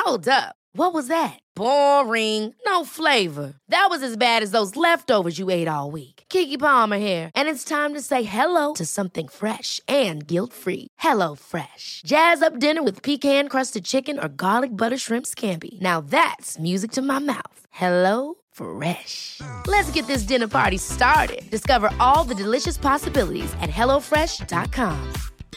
Hold up. What was that? Boring. No flavor. That was as bad as those leftovers you ate all week. Keke Palmer here, and it's time to say hello to something fresh and guilt-free. Hello Fresh. Jazz up dinner with pecan-crusted chicken or garlic butter shrimp scampi. Now that's music to my mouth. Hello Fresh. Let's get this dinner party started. Discover all the delicious possibilities at hellofresh.com.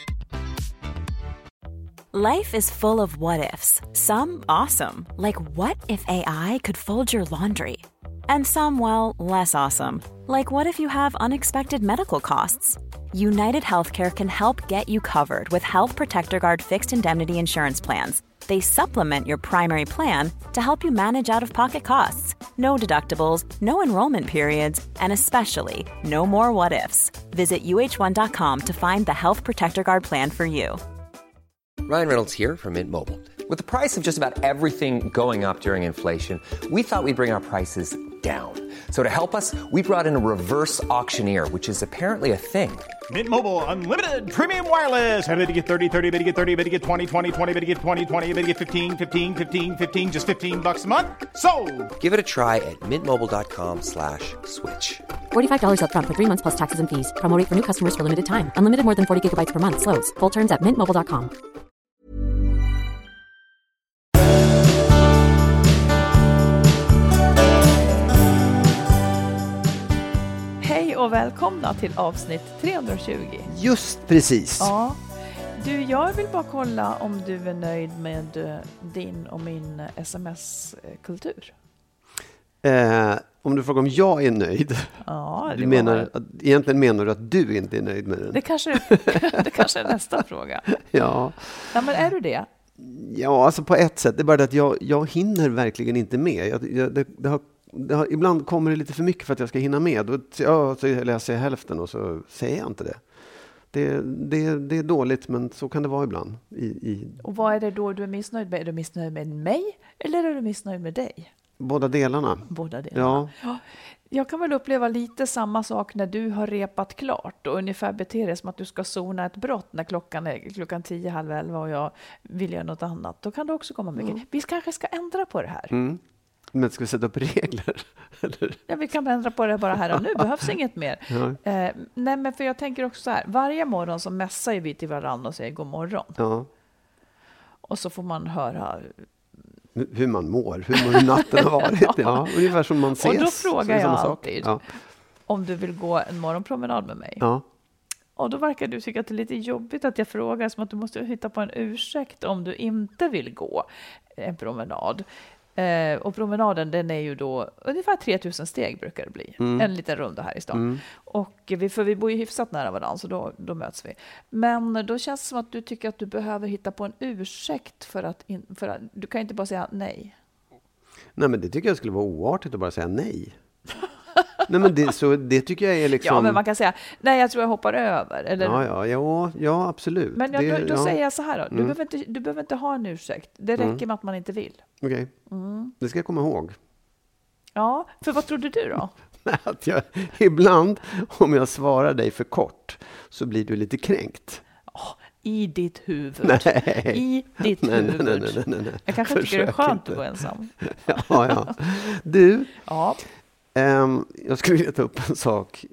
Life is full of what-ifs. Some awesome, like what if AI could fold your laundry? And some, well, less awesome, like what if you have unexpected medical costs? United Healthcare can help get you covered with Health Protector Guard fixed indemnity insurance plans. They supplement your primary plan to help you manage out-of-pocket costs. No deductibles, no enrollment periods, and especially no more what-ifs. Visit uh1.com to find the Health Protector Guard plan for you. Ryan Reynolds here from Mint Mobile. With the price of just about everything going up during inflation, we thought we'd bring our prices down. So to help us, we brought in a reverse auctioneer, which is apparently a thing. Mint Mobile Unlimited Premium Wireless. How to get 30, 30, how to get 30, how to get 20, 20, 20, how to get 20, 20, how to get 15, 15, 15, 15, just $15 a month? Sold! Give it a try at mintmobile.com/switch. $45 up front for 3 months plus taxes and fees. Promo rate for new customers for limited time. Unlimited more than 40 gigabytes per month. Slows full terms at mintmobile.com. Hej och välkomna till avsnitt 320. Just precis. Ja. Du, jag vill bara kolla om du är nöjd med din och min sms-kultur. Om du frågar om jag är nöjd. Ja, egentligen menar du att du inte är nöjd med den. Det kanske är nästa fråga. Ja. Ja, men är du det? Ja, alltså på ett sätt. Det är bara det att jag hinner verkligen inte med. Ibland kommer det lite för mycket för att jag ska hinna med. Så läser jag hälften och så säger jag inte det. Det är dåligt, men så kan det vara ibland. Och vad är det då du är missnöjd med? Är du missnöjd med mig eller är du missnöjd med dig? Båda delarna. Ja. Jag kan väl uppleva lite samma sak när du har repat klart och ungefär beter dig som att du ska zona ett brott när klockan är 10, halv 11 och jag vill göra något annat. Då kan det också komma mycket. Vi kanske ska ändra på det här. Mm. Men ska vi sätta upp regler? Eller? Ja, vi kan ändra på det bara här och nu. Behövs inget mer. Ja. Nej, men för jag tänker också så här. Varje morgon så mässar vi till varandra och säger god morgon. Ja. Och så får man höra hur man mår, hur natten har varit. Ja, ungefär som man ses. Och då frågar jag alltid ja. Om du vill gå en morgonpromenad med mig. Ja. Och då verkar du tycka att det är lite jobbigt att jag frågar, som att du måste hitta på en ursäkt om du inte vill gå en promenad. Och promenaden, den är ju då ungefär 3000 steg brukar det bli. En liten runda här i stan. Och vi bor ju hyfsat nära varandra, så då möts vi. Men då känns det som att du tycker att du behöver hitta på en ursäkt för att du kan inte bara säga nej. Nej, men det tycker jag skulle vara oartigt att bara säga nej. Nej, men det tycker jag är liksom... Ja, men man kan säga, nej, jag tror jag hoppar över. Eller... Ja, absolut. Men då säger jag så här då. Du behöver inte ha en ursäkt. Det räcker med att man inte vill. Okej. Det ska jag komma ihåg. Ja, för vad trodde du då? Att ibland, om jag svarar dig för kort, så blir du lite kränkt. I ditt huvud. Nej. I ditt huvud. Nej. Jag kanske tycker det är skönt att gå ensam. Ja. Du... Ja. Jag skulle vilja ta upp en sak.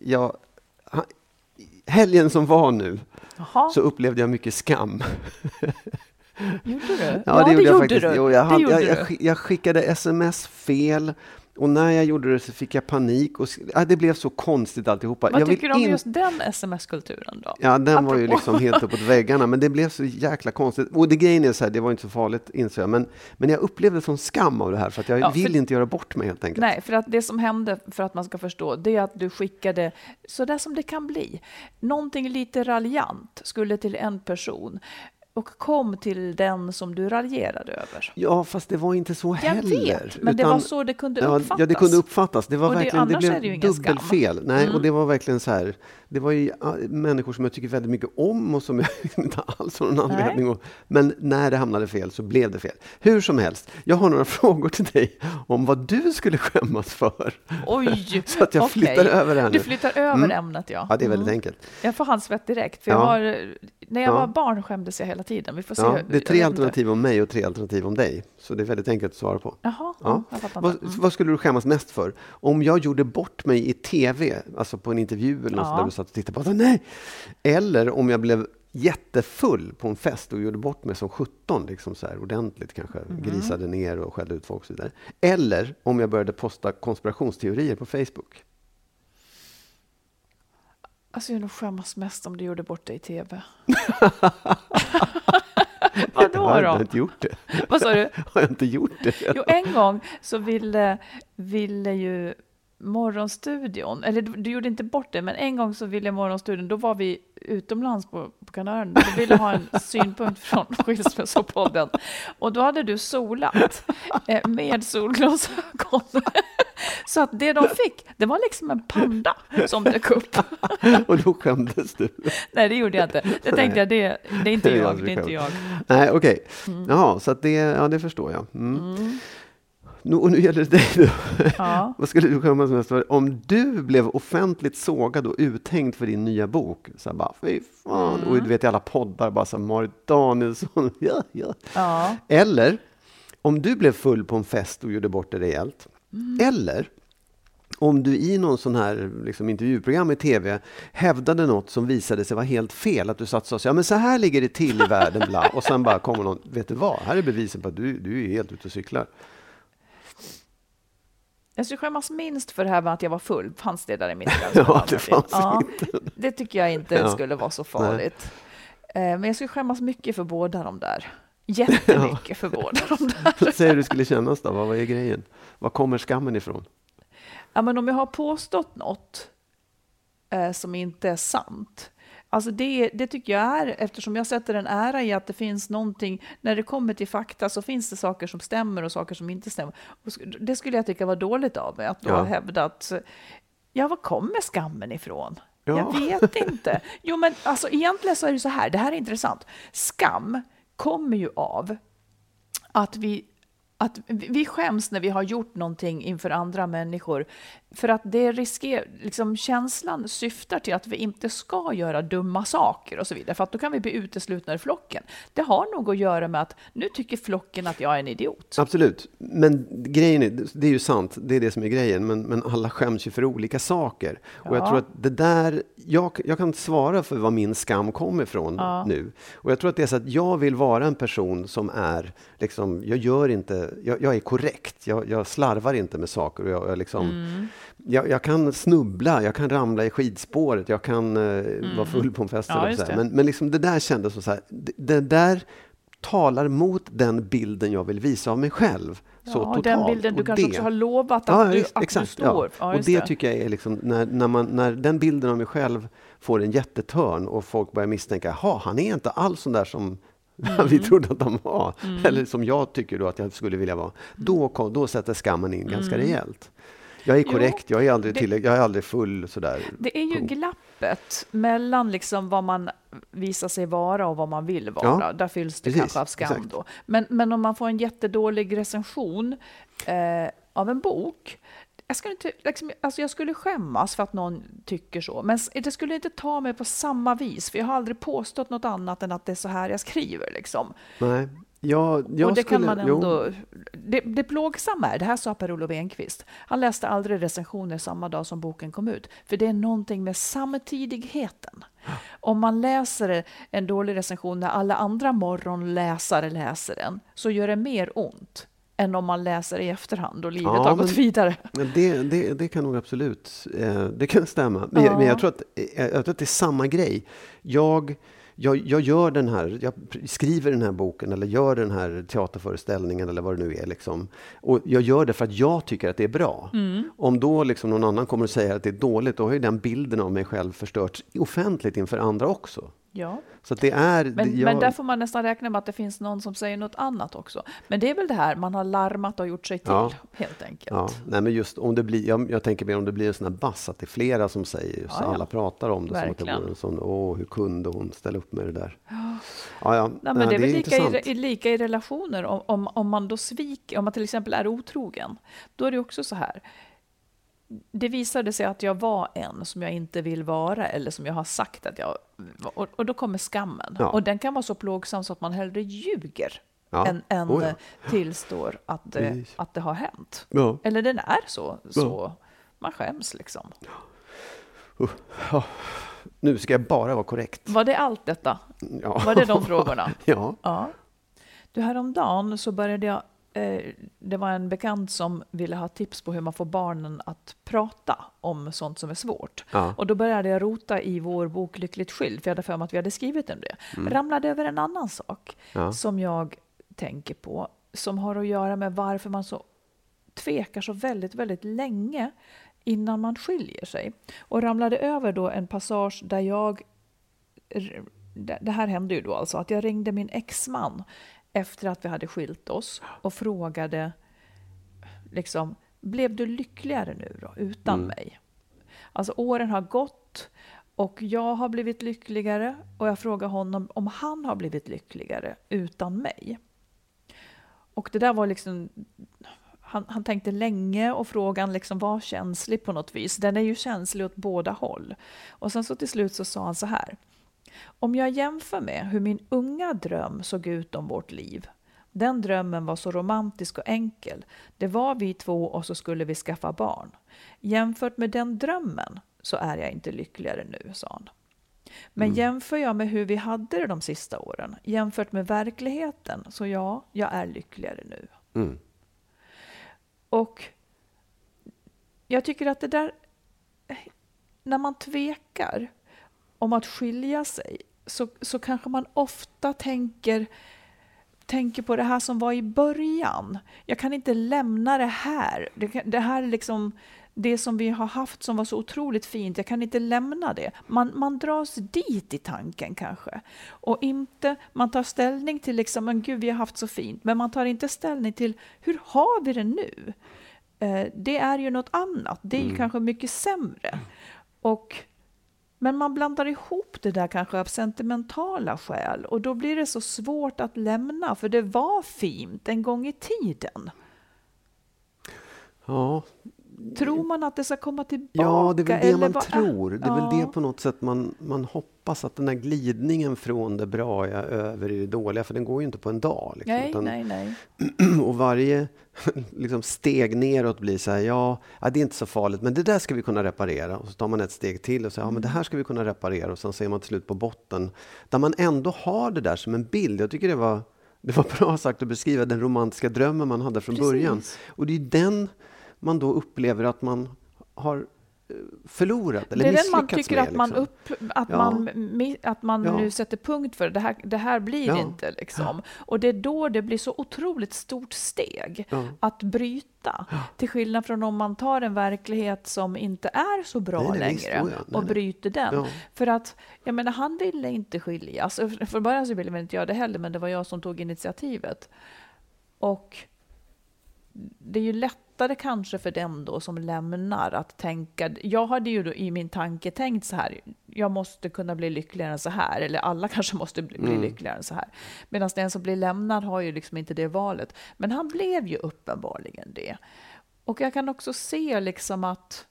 Helgen som var nu så upplevde jag mycket skam. Gjorde du? Ja, det gjorde du. Jo, jag skickade sms fel. Och när jag gjorde det så fick jag panik. Och det blev så konstigt alltihopa. Vad tycker du om just den sms-kulturen då? Ja, den var ju liksom helt uppåt väggarna. Men det blev så jäkla konstigt. Och det grejen är så här, det var inte så farligt, insåg jag. Men jag upplevde sån skam av det här. För att jag vill inte göra bort mig helt enkelt. Nej, för att det som hände, för att man ska förstå, det är att du skickade, så där som det kan bli. Någonting lite raljant skulle till en person. Och kom till den som du raljerade över. Ja, fast det var inte så heller. Jag vet, men det var så det kunde uppfattas. Ja, det kunde uppfattas. Det var och verkligen, det blev dubbelfel. Nej, och det var verkligen så här. Det var ju människor som jag tycker väldigt mycket om och som jag inte alls har någon anledning. Men när det hamnade fel så blev det fel. Hur som helst, jag har några frågor till dig om vad du skulle skämmas för. Oj, så att jag flyttar över det här nu. Du flyttar över ämnet, ja. Ja, det är väldigt enkelt. Jag får handsvett direkt, för jag har När jag var barn skämdes jag hela tiden. Vi får se det är 3 alternativ om mig och 3 alternativ om dig. Så det är väldigt enkelt att svara på. Jaha, jag fattar. Vad skulle du skämmas mest för? Om jag gjorde bort mig i tv, alltså på en intervju eller något där du satt och tittade på, nej. Eller om jag blev jättefull på en fest och gjorde bort mig som 17, liksom så här ordentligt kanske, grisade ner och skällde ut folk och så vidare. Eller om jag började posta konspirationsteorier på Facebook. Alltså jag nog skämmas mest om du gjorde bort dig i tv. Vadå då? Jag har inte gjort det. Vad sa du? Har jag inte gjort det? Jo, en gång så ville ju Morgonstudion, eller du gjorde inte bort det, men en gång så ville Morgonstudion, då var vi utomlands på Kanarien, då ville ha en synpunkt från Skilsmässopodden, och då hade du solat med solglasögon. Så att det de fick, det var liksom en panda som dök upp. Och då skämdes du? Nej, det gjorde jag inte. Det tänkte jag, det är inte jag. Det är inte jag. Nej, okej. Jaha, så att det förstår jag. Och nu gäller det dig då. Ja. Vad skulle du skämmas mest för? Om du blev offentligt sågad och uthängd för din nya bok. Så här bara, fy fan. Och du vet i alla poddar, bara så Marit Danielsson. Ja. Eller om du blev full på en fest och gjorde bort det rejält. Eller om du i någon sån här liksom, intervjuprogram i tv hävdade något som visade sig vara helt fel. Att du satt och sa, ja men så här ligger det till i världen. Bla. Och sen bara kommer någon, vet du vad? Här är bevisen på att du är helt ute och cyklar. Jag skulle skämmas minst för det här med att jag var full. Fanns det där i mitt Ja, det fanns inte. Det tycker jag inte skulle vara så farligt. Men jag skulle skämmas mycket för båda de där. Jättemycket för båda de där. Vad säger du skulle kännas då? Vad är grejen? Var kommer skammen ifrån? Ja, men om jag har påstått något som inte är sant. Alltså det tycker jag är, eftersom jag sätter en ära i att det finns någonting, när det kommer till fakta så finns det saker som stämmer och saker som inte stämmer. Och det skulle jag tycka var dåligt av mig, att då ha hävdat, var kommer skammen ifrån? Ja. Jag vet inte. Jo, men alltså egentligen så är det så här, det här är intressant. Skam kommer ju av att vi skäms när vi har gjort någonting inför andra människor, för att det riskerar, liksom känslan syftar till att vi inte ska göra dumma saker och så vidare, för att då kan vi bli uteslutna ur flocken. Det har nog att göra med att nu tycker flocken att jag är en idiot. Absolut, men grejen är, det är ju sant, det är det som är grejen, men alla skäms ju för olika saker. Ja. Och jag tror att det där, jag kan svara för vad min skam kommer ifrån nu. Och jag tror att det är så att jag vill vara en person som är liksom, jag är korrekt, jag slarvar inte med saker, och jag liksom jag kan snubbla, jag kan ramla i skidspåret, jag kan vara full på en fest. Men liksom det där kändes så här, det där talar mot den bilden jag vill visa av mig själv. Så totalt. Den bilden du kanske också har lovat att du står. Ja. Och det tycker jag är liksom, när den bilden av mig själv får en jättetörn och folk börjar misstänka, han är inte alls sån där som vi trodde att de var. Eller som jag tycker då att jag skulle vilja vara. Då sätter skammen in ganska rejält. Jag är korrekt, jag är aldrig full sådär. Det är ju glappet mellan liksom vad man visar sig vara och vad man vill vara. Ja, där fylls det kanske av skam då. Men om man får en jättedålig recension av en bok, jag skulle skämmas för att någon tycker så. Men det skulle inte ta mig på samma vis, för jag har aldrig påstått något annat än att det är så här jag skriver liksom. Nej. Och det kan man ändå. Det plågsamma är, det här sa Per-Olof Enquist. Han läste aldrig recensioner samma dag som boken kom ut. För det är någonting med samtidigheten. Om man läser en dålig recension när alla andra morgonläsare läser den, så gör det mer ont än om man läser i efterhand och livet har gått vidare. Det kan nog absolut, det kan stämma. Men jag tror att det är samma grej. Jag gör den här, jag skriver den här boken eller gör den här teaterföreställningen eller vad det nu är liksom. Och jag gör det för att jag tycker att det är bra. Om då liksom någon annan kommer att säga att det är dåligt, då har ju den bilden av mig själv förstörts offentligt inför andra också. Ja. Så att det är, men där får man nästan räkna med att det finns någon som säger något annat också. Men det är väl det här, man har larmat och gjort sig till, helt enkelt. Ja. Nej, men just om det blir, jag tänker mer om det blir en sån här bass, att det är flera som säger, så alla pratar om det. Verkligen. Som att det vore en sån, hur kunde hon ställa upp med det där? Nej, men det är väl lika i relationer, om man då sviker, om man till exempel är otrogen, då är det också så här. det visade sig att jag var en som jag inte vill vara eller som jag har sagt att jag... Och då kommer skammen. Ja. Och den kan vara så plågsam så att man hellre ljuger än tillstår att det har hänt. Ja. Eller den är så man skäms liksom. Nu ska jag bara vara korrekt. Var det allt detta? Ja. Var det de frågorna? Ja. Du, häromdagen så började jag... det var en bekant som ville ha tips på hur man får barnen att prata om sånt som är svårt. Ja. Och då började jag rota i vår bok Lyckligt skild, för jag hade för mig att vi hade skrivit om det. Ramlade över en annan sak som jag tänker på, som har att göra med varför man så tvekar så väldigt, väldigt länge innan man skiljer sig. Och ramlade över då en passage där det här hände ju då alltså, att jag ringde min exman efter att vi hade skilt oss och frågade liksom, blev du lyckligare nu då utan mig? Alltså åren har gått och jag har blivit lyckligare och jag frågar honom om han har blivit lyckligare utan mig. Och det där var liksom, han tänkte länge och frågan liksom var känslig på något vis. Den är ju känslig åt båda håll. Och sen så till slut så sa han så här: om jag jämför med hur min unga dröm såg ut om vårt liv. Den drömmen var så romantisk och enkel. Det var vi två och så skulle vi skaffa barn. Jämfört med den drömmen så är jag inte lyckligare nu, sa han. Men jämför jag med hur vi hade det de sista åren, jämfört med verkligheten, så ja, jag är lyckligare nu. Och jag tycker att det där, när man tvekar om att skilja sig, så kanske man ofta tänker på det här som var i början. Jag kan inte lämna det här. Det här är liksom det som vi har haft som var så otroligt fint. Jag kan inte lämna det. Man dras dit i tanken kanske. Och inte, man tar ställning till liksom, men gud, vi har haft så fint. Men man tar inte ställning till, hur har vi det nu? Det är ju något annat. Det är ju kanske mycket sämre. Men man blandar ihop det där kanske av sentimentala skäl. Och då blir det så svårt att lämna. För det var fint en gång i tiden. Ja. Tror man att det ska komma tillbaka? Ja, det är väl det man vad, tror. Det är väl det på något sätt man hoppas, att den här glidningen från det bra över i det dåliga. För den går ju inte på en dag. Liksom, nej. Och varje liksom, steg neråt blir så här, ja, det är inte så farligt. Men det där ska vi kunna reparera. Och så tar man ett steg till och säger, men det här ska vi kunna reparera. Och sen ser man till slut på botten. Där man ändå har det där som en bild. Jag tycker det var bra sagt att beskriva den romantiska drömmen man hade från början. Och det är den man då upplever att man har förlorat eller misslyckats med. Det är den man tycker att man nu sätter punkt för. Det här blir inte liksom. Och det är då det blir så otroligt stort steg att bryta. Till skillnad från om man tar en verklighet som inte är så bra längre och bryter den. För att, jag menar, han ville inte skiljas. För början så ville inte jag det heller, men det var jag som tog initiativet. Och det är ju lättare kanske för den då som lämnar att tänka. Jag hade ju då i min tanke tänkt så här: jag måste kunna bli lyckligare än så här, eller alla kanske måste bli lyckligare än så här. Medan den som blir lämnad har ju liksom inte det valet. Men han blev ju uppenbarligen det. Och jag kan också se liksom att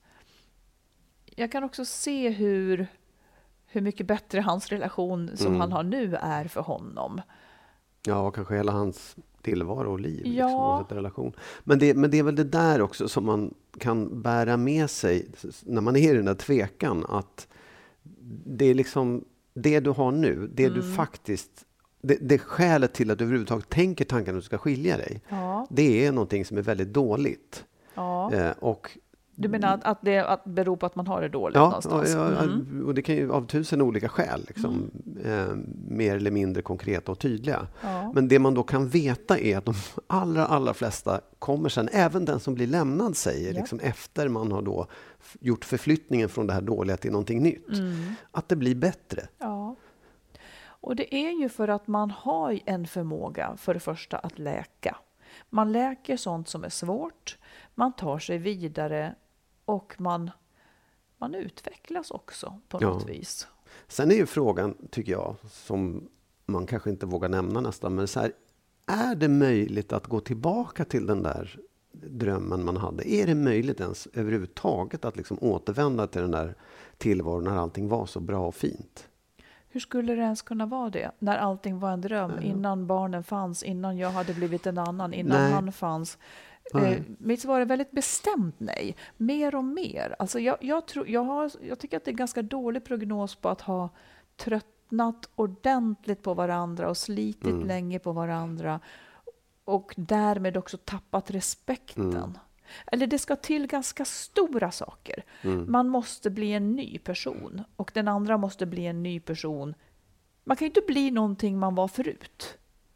hur mycket bättre hans relation som han har nu är för honom. Ja, kanske hela hans tillvaro och liv. Liksom, relation. Men det är väl det där också som man kan bära med sig när man är i den där tvekan. Att det är liksom det du har nu. Det du faktiskt... Det skälet till att du överhuvudtaget tänker tanken att du ska skilja dig. Ja. Det är någonting som är väldigt dåligt. Ja. Och du menar att det beror på att man har det dåligt någonstans? Ja, och det kan ju av 1000 olika skäl. Liksom, mer eller mindre konkreta och tydliga. Ja. Men det man då kan veta är att de allra flesta kommer sen, även den som blir lämnad säger, liksom, efter man har då gjort förflyttningen från det här dåliga till någonting nytt. Att det blir bättre. Ja. Och det är ju för att man har en förmåga, för det första, att läka. Man läker sånt som är svårt. Man tar sig vidare och man utvecklas också på något vis. Sen är ju frågan, tycker jag, som man kanske inte vågar nämna nästan, men så här, är det möjligt att gå tillbaka till den där drömmen man hade. Är det möjligt ens överhuvudtaget att liksom återvända till den där tillvaron när allting var så bra och fint? Hur skulle det ens kunna vara det? När allting var en dröm, innan barnen fanns, innan jag hade blivit en annan, innan han fanns. Mitt svar är väldigt bestämt nej. Mer och mer. Alltså jag tycker att det är ganska dålig prognos på att ha tröttnat ordentligt på varandra och slitit länge på varandra. Och därmed också tappat respekten. Eller det ska till ganska stora saker. Man måste bli en ny person. Och den andra måste bli en ny person. Man kan ju inte bli någonting man var förut.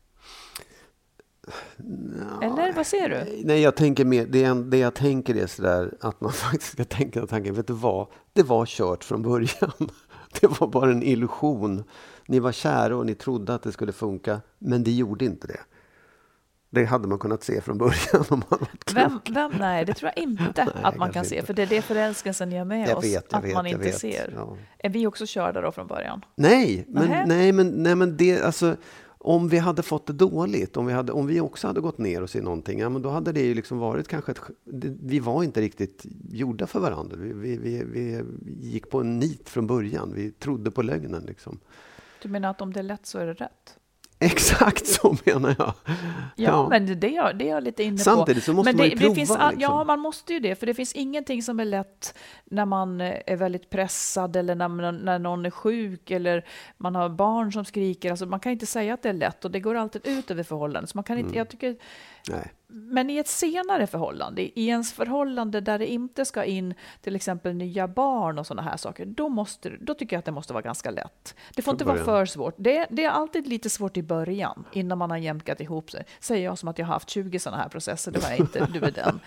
Eller vad ser du? Nej, jag tänker mer, det jag tänker är sådär att man faktiskt ska tänka tanken, vet du vad? Det var kört från början. Det var bara en illusion. Ni var kära och ni trodde att det skulle funka, men det gjorde inte det. Det hade man kunnat se från början om man varit klok. Nej, det tror jag inte att man kan se. För det är det förälskelsen gör med oss. Att man inte ser. Ja. Är vi också körda då från början? Nej, men det, alltså, om vi hade fått det dåligt, om vi också hade gått ner oss i någonting, ja, men då hade det ju liksom varit kanske vi var inte riktigt gjorda för varandra. Vi gick på en nit från början. Vi trodde på lögnen liksom. Du menar att om det är lätt så är det rätt? Exakt så menar jag. Ja, men det är jag lite inne på. Samtidigt så måste man ju prova. Liksom. Ja, man måste ju det. För det finns ingenting som är lätt när man är väldigt pressad eller när någon är sjuk eller man har barn som skriker. Alltså, man kan inte säga att det är lätt och det går alltid ut över förhållanden. Så man kan inte, jag tycker... Nej. Men i ett senare förhållande, i ens förhållande där det inte ska in till exempel nya barn och sådana här saker, då tycker jag att det måste vara ganska lätt. Det får inte vara för svårt. Det är alltid lite svårt i början, innan man har jämkat ihop sig. Säger jag som att jag har haft 20 sådana här processer, det var jag inte, du är den.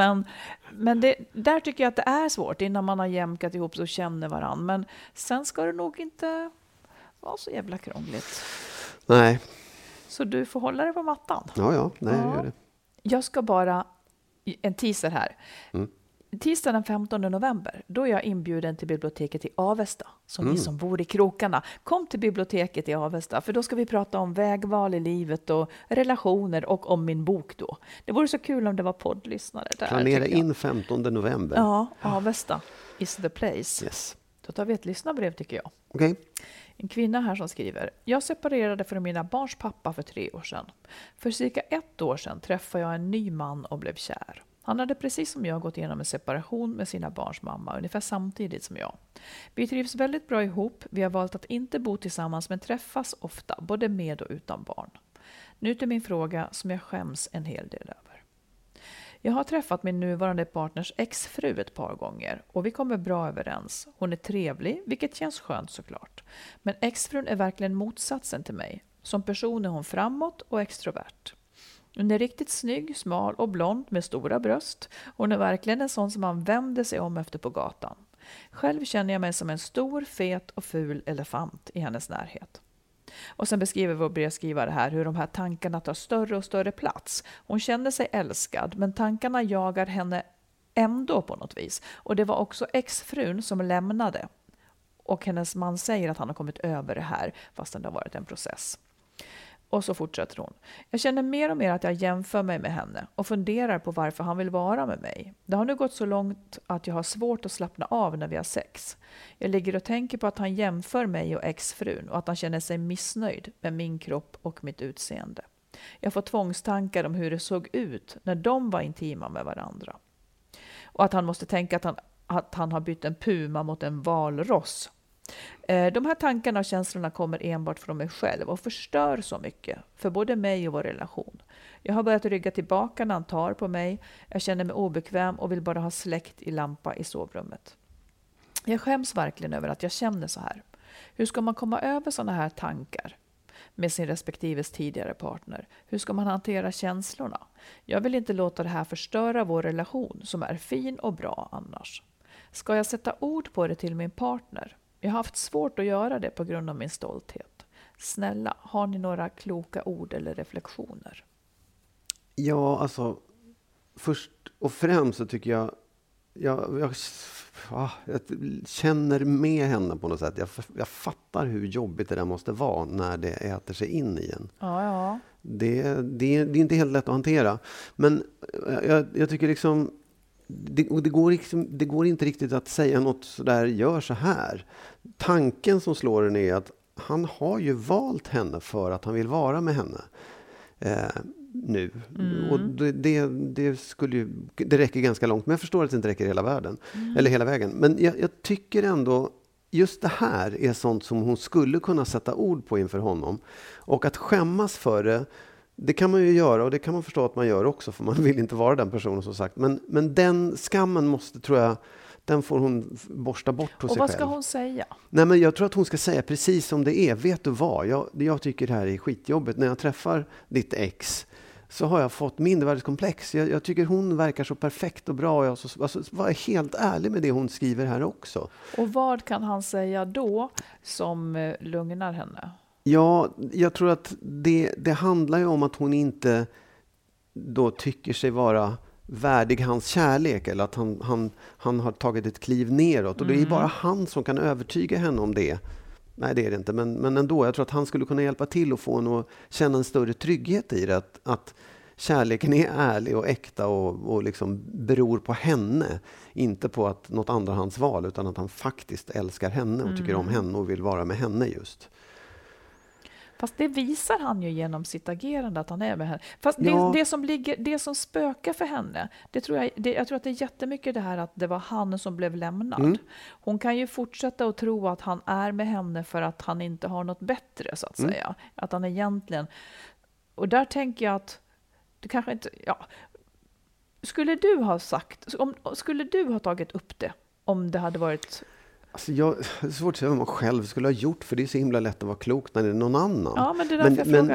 Men där tycker jag att det är svårt, innan man har jämkat ihop sig och känner varandra. Men sen ska det nog inte vara så jävla krångligt. Nej. Så du får hålla dig på mattan. Ja, jag gör det. Jag ska bara, en teaser här. Tisdag den 15 november, då är jag inbjuden till biblioteket i Avesta. Så ni som bor i krokarna, kom till biblioteket i Avesta. För då ska vi prata om vägval i livet och relationer och om min bok då. Det vore så kul om det var poddlyssnare där. Planera in 15 november. Ja, Avesta is the place. Yes. Då tar vi ett lyssnarbrev tycker jag. Okej. En kvinna här som skriver: Jag separerade från mina barns pappa för 3 år sedan. För cirka 1 år sedan träffade jag en ny man och blev kär. Han hade precis som jag gått igenom en separation med sina barns mamma, ungefär samtidigt som jag. Vi trivs väldigt bra ihop, vi har valt att inte bo tillsammans men träffas ofta, både med och utan barn. Nu till min fråga som jag skäms en hel del över. Jag har träffat min nuvarande partners exfru ett par gånger och vi kommer bra överens. Hon är trevlig, vilket känns skönt såklart. Men exfrun är verkligen motsatsen till mig. Som person är hon framåt och extrovert. Hon är riktigt snygg, smal och blond med stora bröst. Hon är verkligen en sån som man vänder sig om efter på gatan. Själv känner jag mig som en stor, fet och ful elefant i hennes närhet. Och sen beskriver vår brevskrivare här hur de här tankarna tar större och större plats. Hon känner sig älskad, men tankarna jagar henne ändå på något vis. Och det var också exfrun som lämnade. Och hennes man säger att han har kommit över det här, fast det har varit en process. Och så fortsätter hon. Jag känner mer och mer att jag jämför mig med henne och funderar på varför han vill vara med mig. Det har nu gått så långt att jag har svårt att slappna av när vi har sex. Jag ligger och tänker på att han jämför mig och exfrun och att han känner sig missnöjd med min kropp och mitt utseende. Jag får tvångstankar om hur det såg ut när de var intima med varandra. Och att han måste tänka att han har bytt en puma mot en valross. De här tankarna och känslorna kommer enbart från mig själv och förstör så mycket för både mig och vår relation. Jag har börjat rygga tillbaka när han tar på mig. Jag känner mig obekväm och vill bara ha släckt i lampa i sovrummet. Jag skäms verkligen över att jag känner så här. Hur ska man komma över sådana här tankar med sin respektives tidigare partner? Hur ska man hantera känslorna? Jag vill inte låta det här förstöra vår relation som är fin och bra annars. Ska jag sätta ord på det till min partner? Jag har haft svårt att göra det på grund av min stolthet. Snälla, har ni några kloka ord eller reflektioner? Ja, alltså först och främst så tycker jag jag känner med henne på något sätt. Jag fattar hur jobbigt det där måste vara när det äter sig in igen. Ja. Det är inte helt lätt att hantera. Men jag tycker liksom det går inte riktigt att säga något sådär, gör så här. Tanken som slår en är att han har ju valt henne för att han vill vara med henne nu. Och det räcker ganska långt, men jag förstår att det inte räcker hela världen eller hela vägen. Men jag tycker ändå just det här är sånt som hon skulle kunna sätta ord på inför honom. Och att skämmas för det kan man ju göra, och det kan man förstå att man gör också, för man vill inte vara den personen som sagt. Men den skammen måste, tror jag, den får hon borsta bort hos sig själv. Och vad ska hon säga? Nej, men jag tror att hon ska säga precis som det är. Vet du vad? Jag tycker det här är skitjobbigt. När jag träffar ditt ex så har jag fått mindervärdeskomplex. Jag tycker hon verkar så perfekt och bra. Jag var helt ärlig med det hon skriver här också. Och vad kan han säga då som lugnar henne? Ja, jag tror att det handlar ju om att hon inte då tycker sig vara värdig hans kärlek, eller att han har tagit ett kliv neråt. Och det är bara han som kan övertyga henne om det. Nej, det är det inte. Men ändå, jag tror att han skulle kunna hjälpa till och få henne att känna en större trygghet i det. Att kärleken är ärlig och äkta och liksom beror på henne. Inte på att något andrahandsval, utan att han faktiskt älskar henne och tycker om henne och vill vara med henne just. Fast det visar han ju genom sitt agerande, att han är med henne. Fast det som spökar för henne, jag tror att det är jättemycket det här att det var han som blev lämnad. Hon kan ju fortsätta att tro att han är med henne för att han inte har något bättre, så att säga. Att han egentligen... Och där tänker jag att det kanske inte... Ja, skulle du ha tagit upp det om det hade varit... Alltså det är svårt att säga vad man själv skulle ha gjort, för det är så himla lätt att vara klok när det är någon annan. Ja, men det är därför jag frågar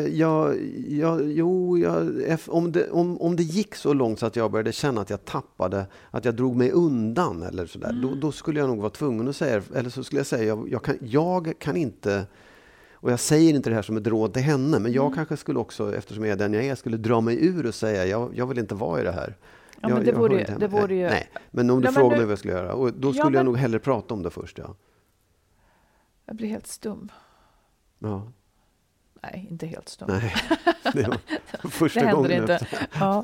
dig. Men om det gick så långt så att jag började känna att jag tappade, att jag drog mig undan eller sådär, då skulle jag nog vara tvungen att säga, eller så skulle jag säga, jag kan inte, och jag säger inte det här som ett råd till henne, men jag kanske skulle också, eftersom jag är den jag är, skulle dra mig ur och säga, jag vill inte vara i det här. Ja, men det vore ju... Nej, men om du frågar mig vad jag skulle göra, och då skulle jag nog hellre prata om det först. Ja. Jag blir helt stum. Ja. Nej, inte helt stum. Nej, det var första gången. Det händer inte. Ja.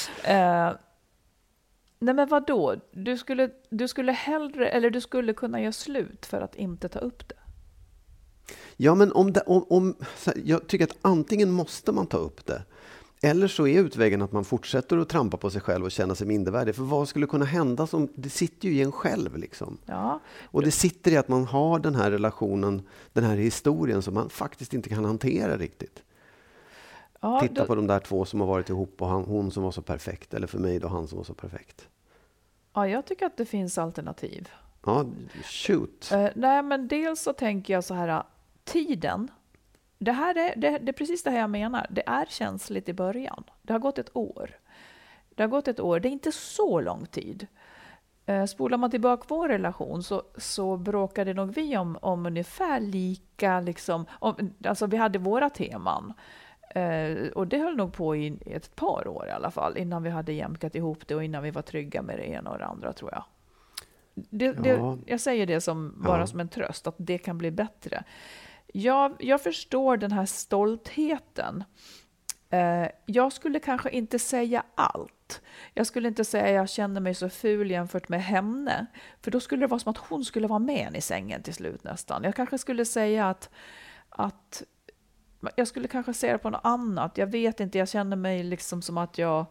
Nej, men vadå? Du skulle hellre, eller du skulle kunna göra slut för att inte ta upp det. Ja, men jag tycker att antingen måste man ta upp det, eller så är utvägen att man fortsätter att trampa på sig själv och känna sig mindervärdig. För vad skulle kunna hända? Det sitter ju i en själv. Liksom. Ja. Och det sitter i att man har den här relationen, den här historien som man faktiskt inte kan hantera riktigt. Ja, titta på de där två som har varit ihop, och hon som var så perfekt. Eller för mig då han som var så perfekt. Ja, jag tycker att det finns alternativ. Ja, shoot. Nej, men dels så tänker jag så här, tiden... Det är precis det här jag menar. Det är känsligt i början. Det har gått ett år. Det är inte så lång tid. Spolar man tillbaka vår relation så bråkade nog vi om ungefär lika... Liksom, alltså vi hade våra teman. Och det höll nog på i ett par år i alla fall. Innan vi hade jämkat ihop det och innan vi var trygga med det ena och det andra, tror jag. Jag säger det bara som en tröst. Att det kan bli bättre. Jag förstår den här stoltheten. Jag skulle kanske inte säga allt. Jag skulle inte säga att jag känner mig så ful jämfört med henne. För då skulle det vara som att hon skulle vara med i sängen till slut nästan. Jag kanske skulle säga att jag skulle kanske säga det på något annat. Jag vet inte, jag känner mig liksom som att jag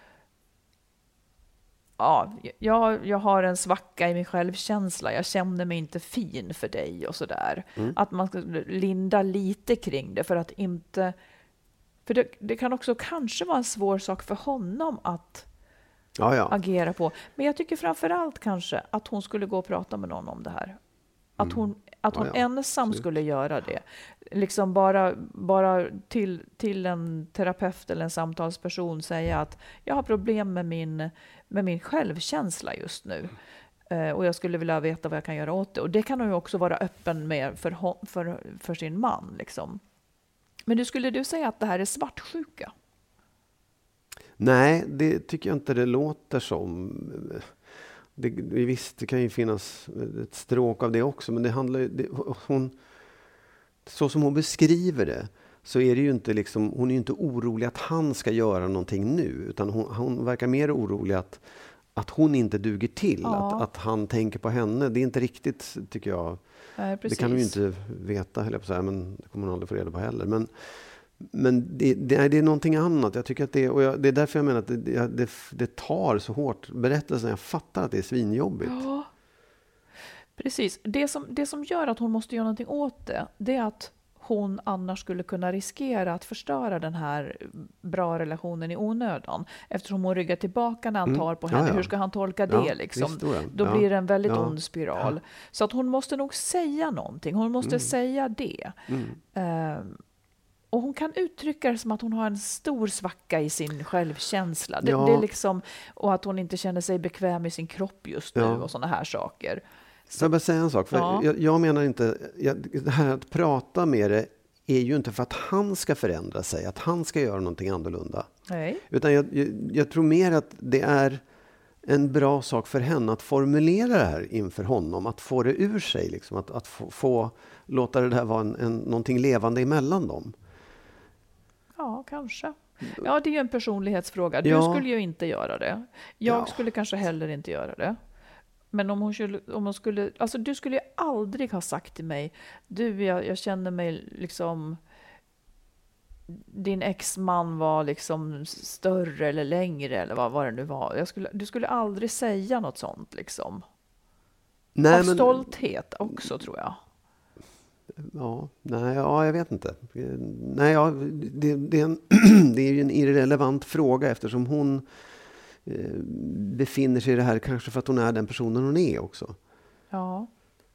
har en svacka i min självkänsla. Jag känner mig inte fin för dig och sådär. Att man ska linda lite kring det för att inte... För det kan också kanske vara en svår sak för honom att agera på. Men jag tycker framförallt kanske att hon skulle gå och prata med någon om det här. Att hon ensam skulle göra det. Liksom bara till en terapeut eller en samtalsperson säga att jag har problem med min självkänsla just nu. Och jag skulle vilja veta vad jag kan göra åt det. Och det kan hon ju också vara öppen med för sin man. Liksom. Men skulle du säga att det här är svartsjuka? Nej, det tycker jag inte det låter som. Visst, det kan ju finnas ett stråk av det också, men det handlar så som hon beskriver det, så är det ju inte liksom, hon är ju inte orolig att han ska göra någonting nu, utan hon verkar mer orolig att hon inte duger till, att han tänker på henne. Det är inte riktigt, tycker jag. Nej, det kan hon ju inte veta, höll jag på att säga, men det kommer hon aldrig få reda på heller. Men det är någonting annat. Jag tycker att det är därför jag menar att det tar så hårt. Berättelsen, jag fattar att det är svinjobbigt. Ja, precis. Det som gör att hon måste göra någonting åt det är att hon annars skulle kunna riskera att förstöra den här bra relationen i onödan. Eftersom hon ryggar tillbaka när han tar på henne. Hur ska han tolka det? Liksom? Då blir det en väldigt ond spiral. Så att hon måste nog säga någonting. Hon måste säga det. Och hon kan uttrycka det som att hon har en stor svacka i sin självkänsla. Det är liksom, och att hon inte känner sig bekväm i sin kropp just nu och sådana här saker. Så jag bara säga en sak. För jag menar inte, det här att prata med det är ju inte för att han ska förändra sig, att han ska göra någonting annorlunda. Nej. Utan jag tror mer att det är en bra sak för henne att formulera det här inför honom, att få det ur sig, liksom, att få låta det där vara någonting levande emellan dem. Ja, kanske. Ja, det är ju en personlighetsfråga. Du skulle ju inte göra det. Jag skulle kanske heller inte göra det. Men om hon skulle, alltså du skulle ju aldrig ha sagt till mig, jag känner mig liksom, din exman var liksom större eller längre eller vad det nu var. Du skulle aldrig säga något sånt liksom. Nej, av stolthet också, tror jag. Jag vet inte. Det är ju en irrelevant fråga, eftersom hon befinner sig i det här kanske för att hon är den personen hon är också. Ja,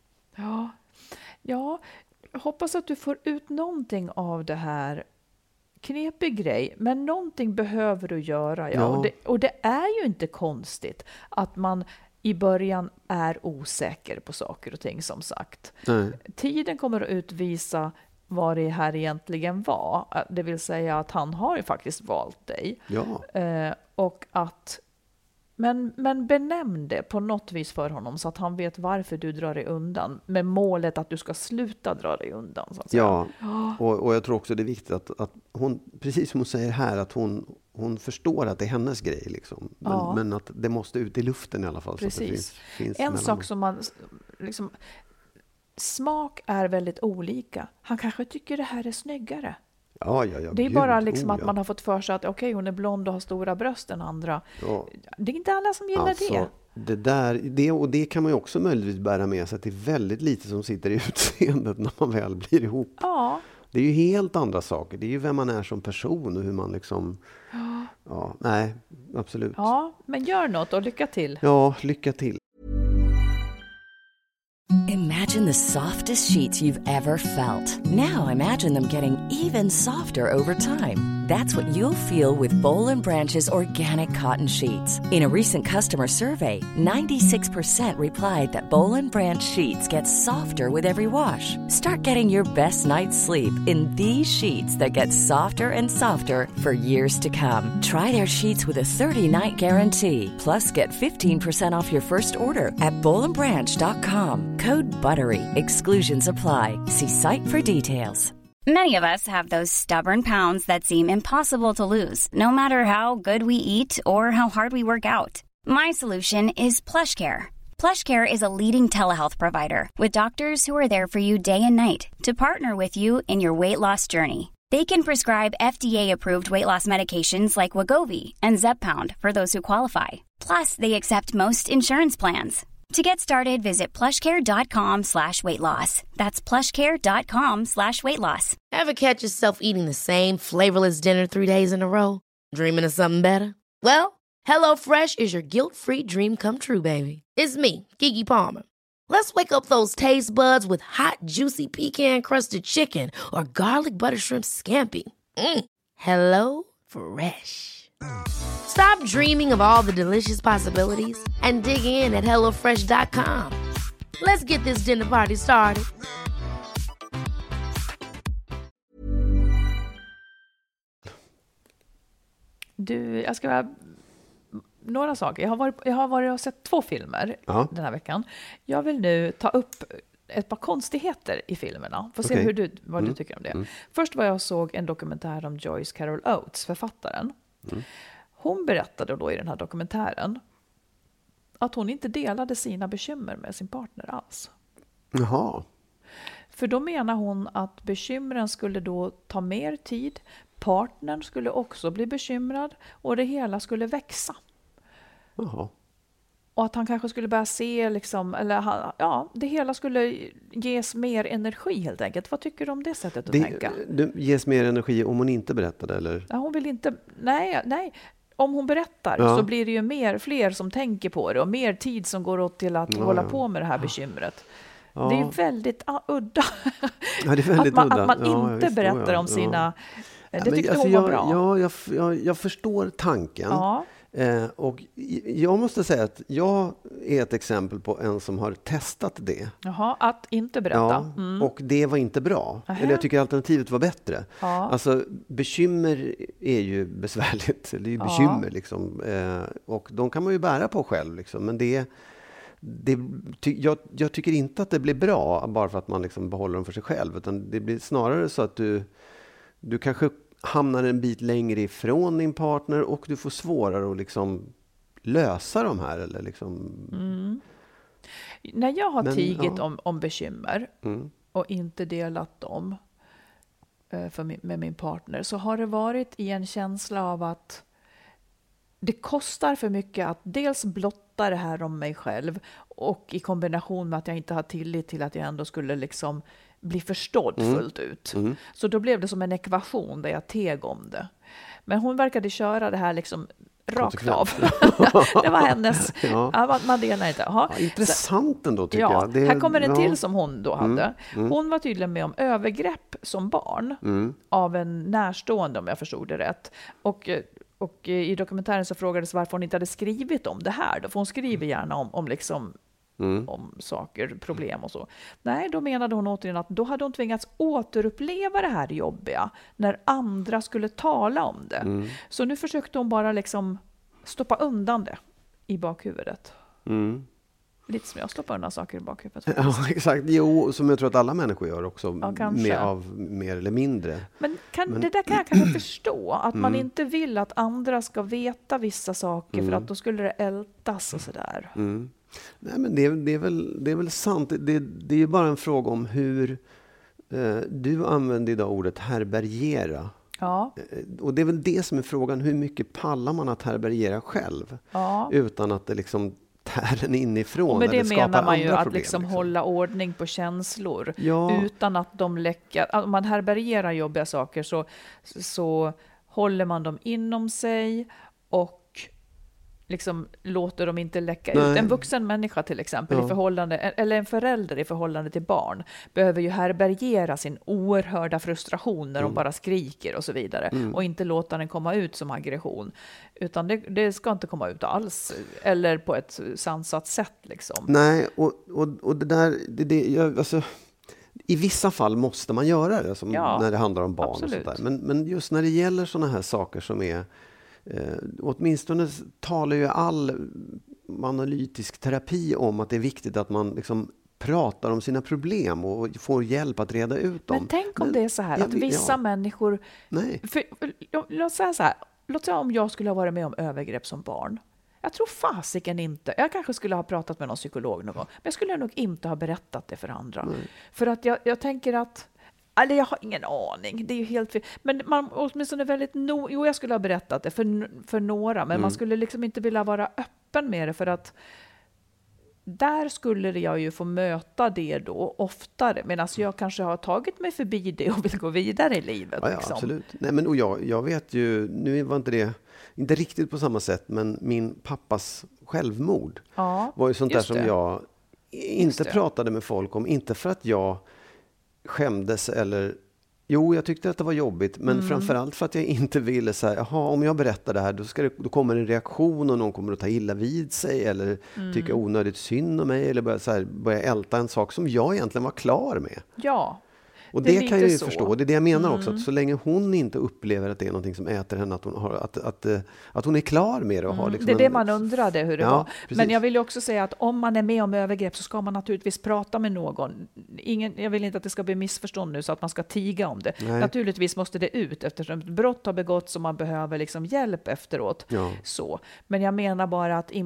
jag hoppas att du får ut någonting av det här. Knepig grej, men någonting behöver du göra. Och det är ju inte konstigt att man i början är osäker på saker och ting, som sagt. Nej. Tiden kommer att utvisa vad det här egentligen var. Det vill säga att han har ju faktiskt valt dig. Ja. Och att men benämn det på något vis för honom så att han vet varför du drar dig undan, med målet att du ska sluta dra dig undan, så att säga. Och jag tror också det är viktigt att hon, precis som hon säger här, att hon förstår att det är hennes grej liksom. Men att det måste ut i luften i alla fall. Precis. Så att det finns en sak som man liksom, smak är väldigt olika. Han kanske tycker det här är snyggare. Det är bara liksom att man har fått för sig att hon är blond och har stora bröst än andra. Det är inte alla som gillar det. Det kan man ju också möjligtvis bära med sig, att det är väldigt lite som sitter i utseendet när man väl blir ihop. Ja. Det är ju helt andra saker. Det är ju vem man är som person och hur man liksom... Nej, absolut. Ja, men gör något och lycka till. Ja, lycka till. Imagine the softest sheets you've ever felt. Now imagine them getting even softer over time. That's what you'll feel with Boll & Branch's organic cotton sheets. In a recent customer survey, 96% replied that Boll & Branch sheets get softer with every wash. Start getting your best night's sleep in these sheets that get softer and softer for years to come. Try their sheets with a 30-night guarantee. Plus, get 15% off your first order at bollandbranch.com. Code BUTTERY. Exclusions apply. See site for details. Many of us have those stubborn pounds that seem impossible to lose, no matter how good we eat or how hard we work out. My solution is PlushCare. PlushCare is a leading telehealth provider with doctors who are there for you day and night to partner with you in your weight loss journey. They can prescribe FDA-approved weight loss medications like Wegovy and Zepbound for those who qualify. Plus, they accept most insurance plans. To get started, visit plushcare.com/weightloss. That's plushcare.com/weightloss. Ever catch yourself eating the same flavorless dinner 3 days in a row? Dreaming of something better? Well, HelloFresh is your guilt-free dream come true, baby. It's me, Keke Palmer. Let's wake up those taste buds with hot, juicy pecan-crusted chicken or garlic butter shrimp scampi. Hello Fresh. Stop dreaming of all the delicious possibilities and dig in at HelloFresh.com. Let's get this dinner party started. Jag ska några saker. Jag har varit och sett 2 filmer den här veckan. Jag vill nu ta upp ett par konstigheter i filmerna. Får se vad du tycker om det. Först var jag och såg en dokumentär om Joyce Carol Oates, författaren. Hon berättade då i den här dokumentären att hon inte delade sina bekymmer med sin partner alls. Jaha. För då menar hon att bekymren skulle då ta mer tid. Partnern skulle också bli bekymrad och det hela skulle växa. Jaha. Och att han kanske skulle börja se liksom, det hela skulle ges mer energi helt enkelt. Vad tycker du om det sättet att tänka? Det ges mer energi om hon inte berättade, eller? Ja, hon vill inte, nej. Om hon berättar så blir det ju fler som tänker på det och mer tid som går åt till att hålla på med det här bekymret. Ja. Det är ju väldigt udda. Ja, det är väldigt udda. Att man inte berättar om sina... Det tyckte hon var bra. Jag förstår tanken. Ja. Och jag måste säga att jag är ett exempel på en som har testat det. Jaha, att inte berätta. Ja, och det var inte bra. Eller jag tycker alternativet var bättre. Ja. Alltså, bekymmer är ju besvärligt. Det är ju bekymmer liksom. Och de kan man ju bära på själv liksom. Men jag tycker inte att det blir bra bara för att man liksom behåller dem för sig själv. Utan det blir snarare så att du kanske hamnar en bit längre ifrån din partner och du får svårare att liksom lösa de här. Eller liksom... När jag har tigit om bekymmer och inte delat dem med min partner, så har det varit i en känsla av att det kostar för mycket att dels blotta det här om mig själv och i kombination med att jag inte har tillit till att jag ändå skulle liksom bli förstådd fullt ut. Så då blev det som en ekvation där jag teg om det. Men hon verkade köra det här liksom rakt av. Det var hennes... man delar inte. Intressant ändå tycker jag. Här kommer en till som hon då hade. Hon var tydligen med om övergrepp som barn av en närstående, om jag förstod det rätt. Och i dokumentären så frågades varför hon inte hade skrivit om det här. För hon skriver gärna om liksom om saker, problem och så. Nej, då menade hon återigen att då hade hon tvingats återuppleva det här jobbiga när andra skulle tala om det. Så nu försökte hon bara liksom stoppa undan det i bakhuvudet. Lite som jag stoppar undan saker i bakhuvudet. Ja, exakt. Jo, som jag tror att alla människor gör också. Mer eller mindre. Men det där kan jag kanske förstå. Att man inte vill att andra ska veta vissa saker för att då skulle det ältas och sådär. Nej, men det är väl sant. Det är ju bara en fråga om hur du använder idag ordet härbärgera. Ja. Och det är väl det som är frågan. Hur mycket pallar man att härbärgera själv? Ja. Utan att det liksom tär en inifrån. Och med det menar man ju att liksom hålla ordning på känslor. Ja. Utan att de läcker. Om man härbärgerar jobbiga saker så håller man dem inom sig och liksom låter dem inte läcka ut. En vuxen människa till exempel i förhållande, eller en förälder i förhållande till barn behöver ju härbärgera sin oerhörda frustration när de bara skriker och så vidare och inte låta den komma ut som aggression, utan det ska inte komma ut alls eller på ett sansat sätt liksom. Nej, och det där alltså, i vissa fall måste man göra det när det handlar om barn och sånt där. Men just när det gäller såna här saker som är åtminstone talar ju all analytisk terapi om att det är viktigt att man liksom pratar om sina problem och får hjälp att reda ut dem. Men tänk om det är så här att vissa människor... Låt säga så här, låt säga om jag skulle ha varit med om övergrepp som barn. Jag tror fasiken inte. Jag kanske skulle ha pratat med någon psykolog någon gång, men jag skulle nog inte ha berättat det för andra. Nej. För att jag tänker att eller jag har ingen aning, det är ju helt fel. Men man åtminstone väldigt jag skulle ha berättat det för några, men man skulle liksom inte vilja vara öppen med det, för att där skulle jag ju få möta det då oftare, medan jag kanske har tagit mig förbi det och vill gå vidare i livet. Ja, liksom. Absolut. Nej, men, och jag vet ju, nu var inte det inte riktigt på samma sätt, men min pappas självmord var ju sånt där som jag inte pratade med folk om, inte för att jag skämdes eller... Jo, jag tyckte att det var jobbigt, men framförallt för att jag inte ville så här, om jag berättar det här, då kommer en reaktion och någon kommer att ta illa vid sig eller tycka onödigt synd om mig eller börja älta en sak som jag egentligen var klar med. Ja, Och det kan jag ju förstå. Det är det jag menar också. Att så länge hon inte upplever att det är någonting som äter henne, att hon är klar med det. Och har liksom det är det man undrade hur det var. Precis. Men jag vill också säga att om man är med om övergrepp så ska man naturligtvis prata med någon. Jag vill inte att det ska bli missförstånd nu så att man ska tiga om det. Nej. Naturligtvis måste det ut eftersom ett brott har begåtts och man behöver liksom hjälp efteråt. Ja. Så. Men jag menar bara att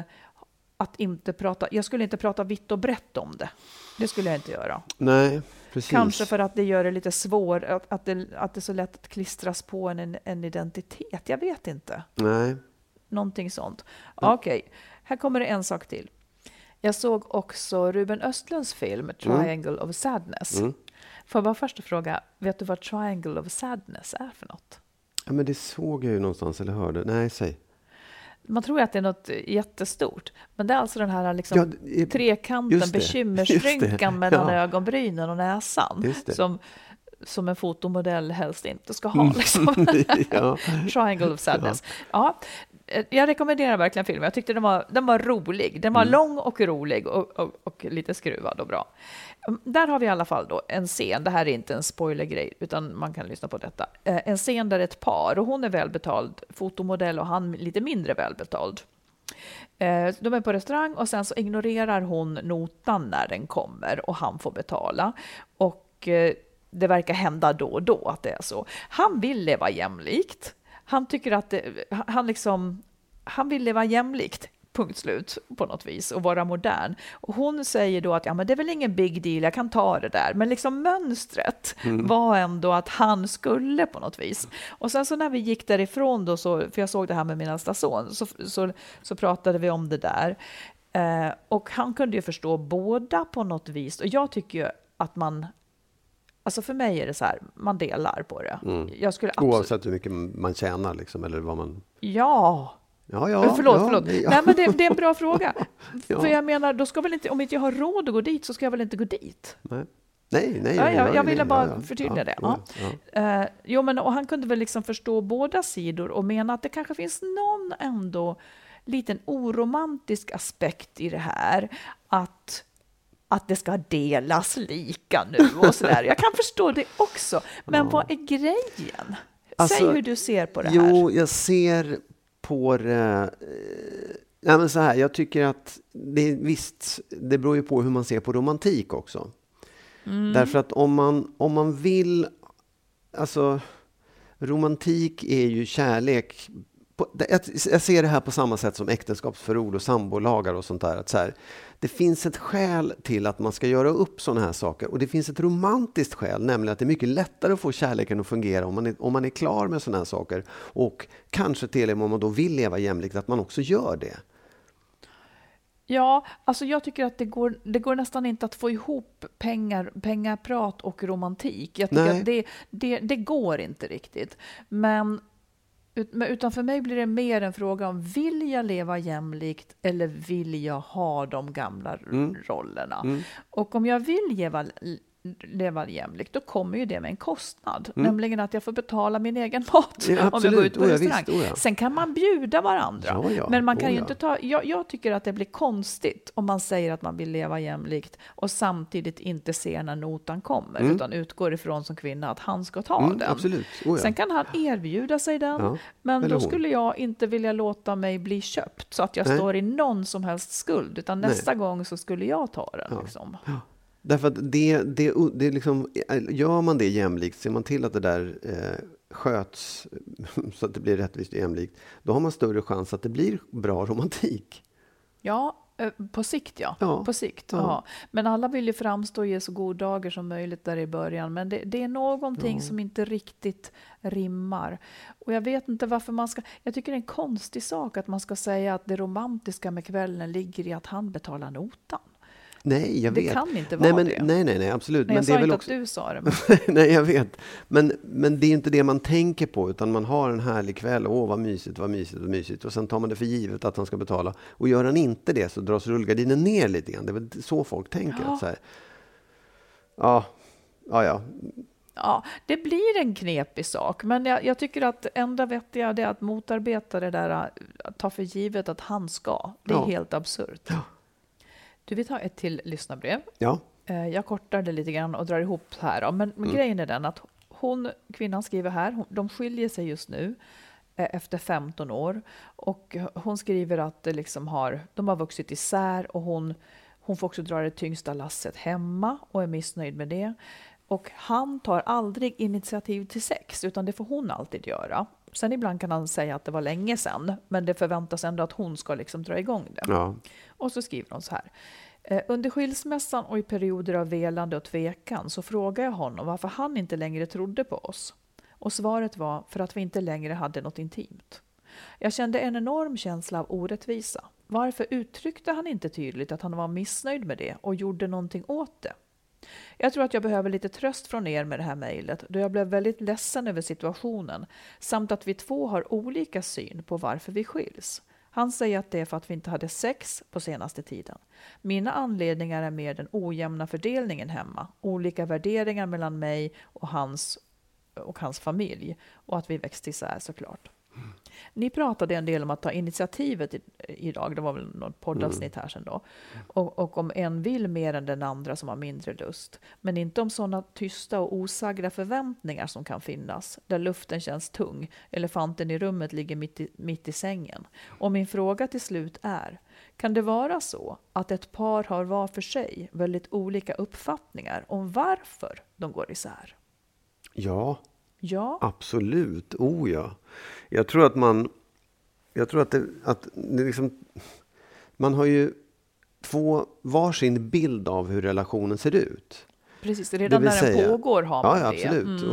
inte prata. Jag skulle inte prata vitt och brett om det. Det skulle jag inte göra. Nej, precis. Kanske för att det gör det lite svårt, att det är så lätt att klistras på en identitet. Jag vet inte. Nej. Någonting sånt. Okej, här kommer det en sak till. Jag såg också Ruben Östlunds film Triangle of Sadness. Får jag bara först fråga, vet du vad Triangle of Sadness är för något? Ja, men det såg jag ju någonstans eller hörde. Nej, säg. Man tror att det är något jättestort. Men det är alltså den här liksom trekanten, bekymmersrynkan mellan ögonbrynen och näsan. Som en fotomodell helst inte ska ha. Liksom. Triangle of Sadness. Ja, jag rekommenderar verkligen filmen. Jag tyckte den var rolig. Den var lång och rolig och lite skruvad och bra. Där har vi i alla fall då en scen. Det här är inte en spoilergrej utan man kan lyssna på detta. En scen där ett par, och hon är välbetald fotomodell och han lite mindre välbetald. De är på restaurang och sen så ignorerar hon notan när den kommer och han får betala. Och det verkar hända då och då att det är så. Han vill leva jämlikt. Han tycker att han vill leva jämlikt, punkt slut, på något vis, och vara modern. Och hon säger då att men det är väl ingen big deal, jag kan ta det där. Men liksom mönstret var ändå att han skulle på något vis. Och sen så när vi gick därifrån då, för jag såg det här med min äldsta son, så pratade vi om det där. Och han kunde ju förstå båda på något vis. Och jag tycker ju att alltså för mig är det så här, man delar på det. Jag skulle oavsett hur mycket man tjänar liksom, eller vad man... Ja. Förlåt. Nej, men det är en bra fråga. För jag menar, då ska väl inte, om inte jag har råd att gå dit så ska jag väl inte gå dit. Nej. Jag ville bara förtydliga det. Och han kunde väl liksom förstå båda sidor och mena att det kanske finns någon ändå liten oromantisk aspekt i det här. Att det ska delas lika nu och sådär. Jag kan förstå det också. Men vad är grejen? Säg hur du ser på det här. Jo, jag ser på det... Nej, men så här, jag tycker att det beror ju på hur man ser på romantik också. Därför att om man vill... Alltså, romantik är ju kärlek... Jag ser det här på samma sätt som äktenskapsförord och sambolagar och sånt där. Att så här, det finns ett skäl till att man ska göra upp sådana här saker. Och det finns ett romantiskt skäl, nämligen att det är mycket lättare att få kärleken att fungera om man är klar med sådana här saker. Och kanske till och med om man då vill leva jämlikt, att man också gör det. Ja, alltså jag tycker att det går nästan inte att få ihop pengaprat och romantik. Jag tycker att det går inte riktigt. Utan för mig blir det mer en fråga om vill jag leva jämlikt eller vill jag ha de gamla rollerna. Och om jag vill leva jämlikt, då kommer ju det med en kostnad. Nämligen att jag får betala min egen mat om jag går ut på restaurang. Sen kan man bjuda varandra. Men man kan ju inte ta... Jag tycker att det blir konstigt om man säger att man vill leva jämlikt och samtidigt inte ser när notan kommer. Utan utgår ifrån som kvinna att han ska ta den. Absolut. Sen kan han erbjuda sig den. Men då skulle jag inte vilja låta mig bli köpt så att jag står i någon som helst skuld. Utan nästa gång så skulle jag ta den. Liksom. Därför att det liksom, gör man det jämlikt, ser man till att det där sköts så att det blir rättvist och jämlikt, då har man större chans att det blir bra romantik. Ja, på sikt på sikt. Ja. Men alla vill ju framstå och ge så god dagar som möjligt där i början. Men det är någonting som inte riktigt rimmar. Och jag vet inte varför man ska... Jag tycker det är en konstig sak att man ska säga att det romantiska med kvällen ligger i att han betalar notan. Nej, jag vet. Det kan inte vara det. Nej, absolut. Men jag sa inte att du sa det. Men... Nej, jag vet. Men det är inte det man tänker på, utan man har en härlig kväll. Vad mysigt. Och sen tar man det för givet att han ska betala. Och gör han inte det så dras rullgardinen ner lite grann. Det är väl så folk tänker. Ja. Att så här, Ja, det blir en knepig sak. Men jag tycker att enda vettiga är att motarbeta det där, att ta för givet att han ska. Det är helt absurt. Ja. Du vill ta ett till lyssnarbrev. Ja. Jag kortar det lite grann och drar ihop här. Då. Men grejen är den att kvinnan skriver här, de skiljer sig just nu efter 15 år. Och hon skriver att det liksom de har vuxit isär och hon får också dra det tyngsta lasset hemma och är missnöjd med det. Och han tar aldrig initiativ till sex, utan det får hon alltid göra. Sen ibland kan han säga att det var länge sedan, men det förväntas ändå att hon ska liksom dra igång det. Ja. Och så skriver hon så här. Under skilsmässan och i perioder av velande och tvekan så frågade jag honom varför han inte längre trodde på oss. Och svaret var för att vi inte längre hade något intimt. Jag kände en enorm känsla av orättvisa. Varför uttryckte han inte tydligt att han var missnöjd med det och gjorde någonting åt det? Jag tror att jag behöver lite tröst från er med det här mejlet, då jag blev väldigt ledsen över situationen, samt att vi två har olika syn på varför vi skiljs. Han säger att det är för att vi inte hade sex på senaste tiden. Mina anledningar är mer den ojämna fördelningen hemma, olika värderingar mellan mig och hans familj, och att vi växte isär såklart. Ni pratade en del om att ta initiativet idag. Det var väl något poddavsnitt här sen då. Och om en vill mer än den andra som har mindre lust. Men inte om sådana tysta och osagda förväntningar som kan finnas. Där luften känns tung. Elefanten i rummet ligger mitt i sängen. Och min fråga till slut är. Kan det vara så att ett par har var för sig väldigt olika uppfattningar om varför de går isär? Ja. Ja. Absolut. Ja. Jag tror att det liksom, man har ju varsin bild av hur relationen ser ut. Precis, redan när den pågår har man det. Ja, absolut.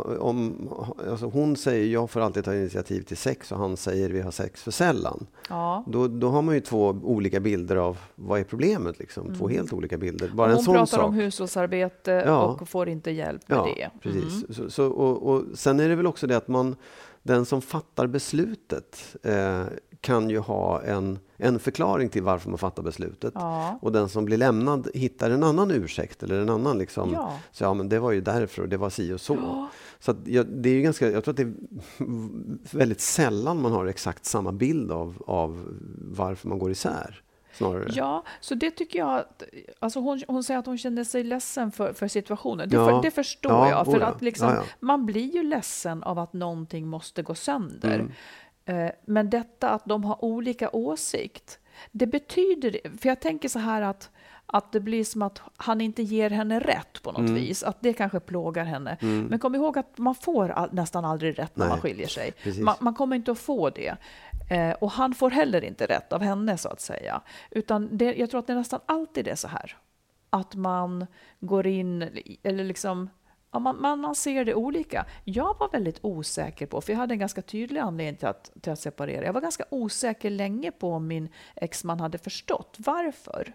Och hon säger jag får alltid ta initiativ till sex och han säger vi har sex för sällan. Ja. Då har man ju två olika bilder av vad är problemet. Liksom. Två helt olika bilder. Bara hon en sån pratar sak. om hushållsarbete och får inte hjälp med det. Precis. Och sen är det väl också det att den som fattar beslutet kan ju ha en förklaring till varför man fattar beslutet. Ja. Och den som blir lämnad hittar en annan ursäkt eller en annan liksom, så men det var ju därför och det var si och så. Ja. Så att det är ju jag tror att det är väldigt sällan man har exakt samma bild av varför man går isär. Snarare. Ja, så det tycker jag alltså hon säger att hon känner sig ledsen för situationen. Det förstår jag. För att liksom, man blir ju ledsen av att någonting måste gå sönder. Men detta att de har olika åsikt, det betyder, för jag tänker så här att det blir som att han inte ger henne rätt på något vis. Att det kanske plågar henne. Men kom ihåg att man får nästan aldrig rätt när man skiljer sig. Man kommer inte att få det. Och han får heller inte rätt av henne så att säga. Utan jag tror att det nästan alltid är så här. Att man går in, eller liksom, ja, man ser det olika. Jag var väldigt osäker på, för jag hade en ganska tydlig anledning till att separera. Jag var ganska osäker länge på om min exman hade förstått varför.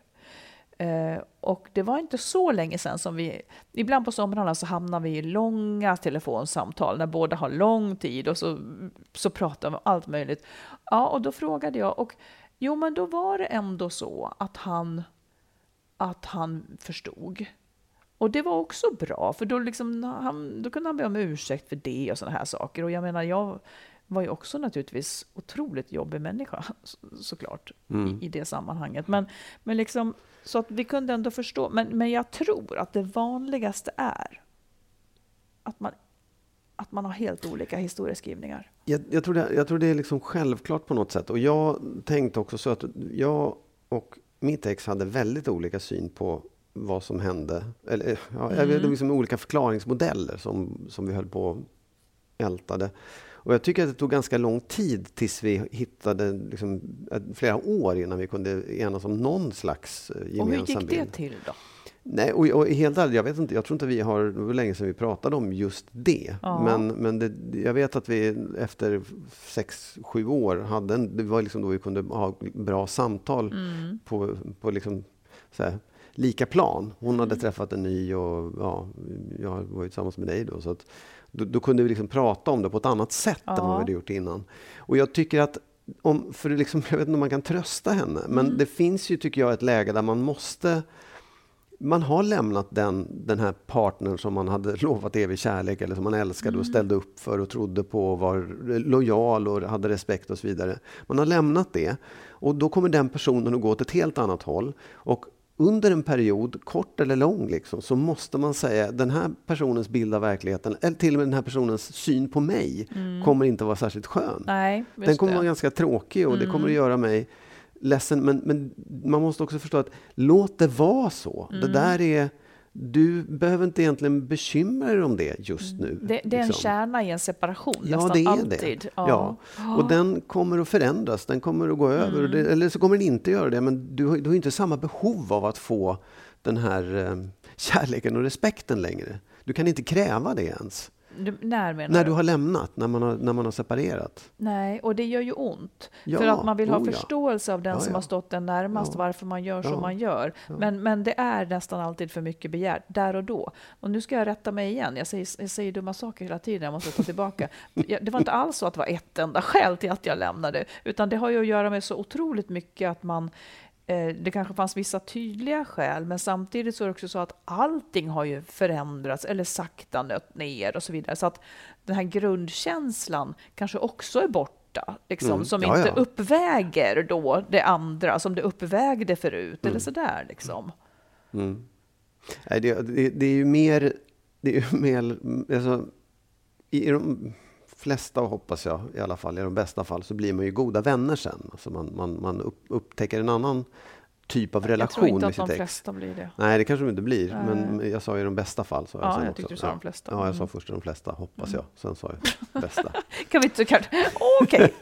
Och det var inte så länge sedan som ibland på somrarna så hamnar vi i långa telefonsamtal när båda har lång tid och så pratar vi om allt möjligt. Ja, och då frågade jag och men då var det ändå så att han förstod. Och det var också bra, för då kunde han be om ursäkt för det och såna här saker. Och jag menar, jag var ju också naturligtvis otroligt jobbig människa såklart i det sammanhanget. Men liksom, så att vi kunde ändå förstå. Men jag tror att det vanligaste är att man har helt olika historieskrivningar. Jag tror det är liksom självklart på något sätt. Och jag tänkte också så att jag och mitt ex hade väldigt olika syn på vad som hände. Eller, det var liksom olika förklaringsmodeller som vi höll på och ältade. Och jag tycker att det tog ganska lång tid tills vi hittade liksom, flera år innan vi kunde enas om någon slags gemensam bild. Och hur gick det till då? Nej, och helt ärligt, jag tror inte vi har, det var länge sedan vi pratade om just det. Ja. Men jag vet att vi efter 6-7 år det var liksom då vi kunde ha bra samtal på liksom så här, lika plan. Hon hade träffat en ny och jag var ju tillsammans med dig då, så att då kunde vi liksom prata om det på ett annat sätt än vad vi hade gjort innan. Och jag tycker att för liksom, jag vet inte om man kan trösta henne, men det finns ju, tycker jag, ett läge där man har lämnat den här partnern som man hade lovat evig kärlek eller som man älskade och ställde upp för och trodde på och var lojal och hade respekt och så vidare. Man har lämnat det och då kommer den personen att gå åt ett helt annat håll och under en period, kort eller lång, liksom, så måste man säga den här personens bild av verkligheten, eller till och med den här personens syn på mig, kommer inte vara särskilt skön. Nej, den kommer vara ganska tråkig och det kommer att göra mig ledsen. Men man måste också förstå att låt det vara så. Det där är... Du behöver inte egentligen bekymra dig om det just nu. Det är en kärna i en separation, nästan det är alltid. Det. Ja. Och den kommer att förändras, den kommer att gå över. Eller så kommer den inte göra det, men du har inte samma behov av att få den här kärleken och respekten längre. Du kan inte kräva det ens. När du har lämnat, när man har separerat. Nej, och det gör ju ont. För att man vill ha förståelse av den som har stått den närmast, varför man gör som man gör. Ja. Men det är nästan alltid för mycket begärt, där och då. Och nu ska jag rätta mig igen. Jag säger dumma saker hela tiden, jag måste ta tillbaka. Det var inte alls så att det var ett enda skäl till att jag lämnade. Utan det har ju att göra med så otroligt mycket att man... Det kanske fanns vissa tydliga skäl, men samtidigt så är det också så att allting har ju förändrats eller sakta nött ner och så vidare. Så att den här grundkänslan kanske också är borta, liksom, som inte uppväger då det andra som det uppvägde förut eller sådär. Liksom. Det är ju mer alltså, i de flesta, hoppas jag i alla fall, i de bästa fall, så blir man ju goda vänner sen. Alltså man upptäcker en annan typ av relation. Jag tror inte att de flesta blir det. Nej, det kanske de inte blir. Men jag sa i de bästa fall. Så jag tyckte du sa de flesta. Ja, jag sa först de flesta, hoppas jag. Sen sa jag bästa. Kan vi inte kanske... Okej.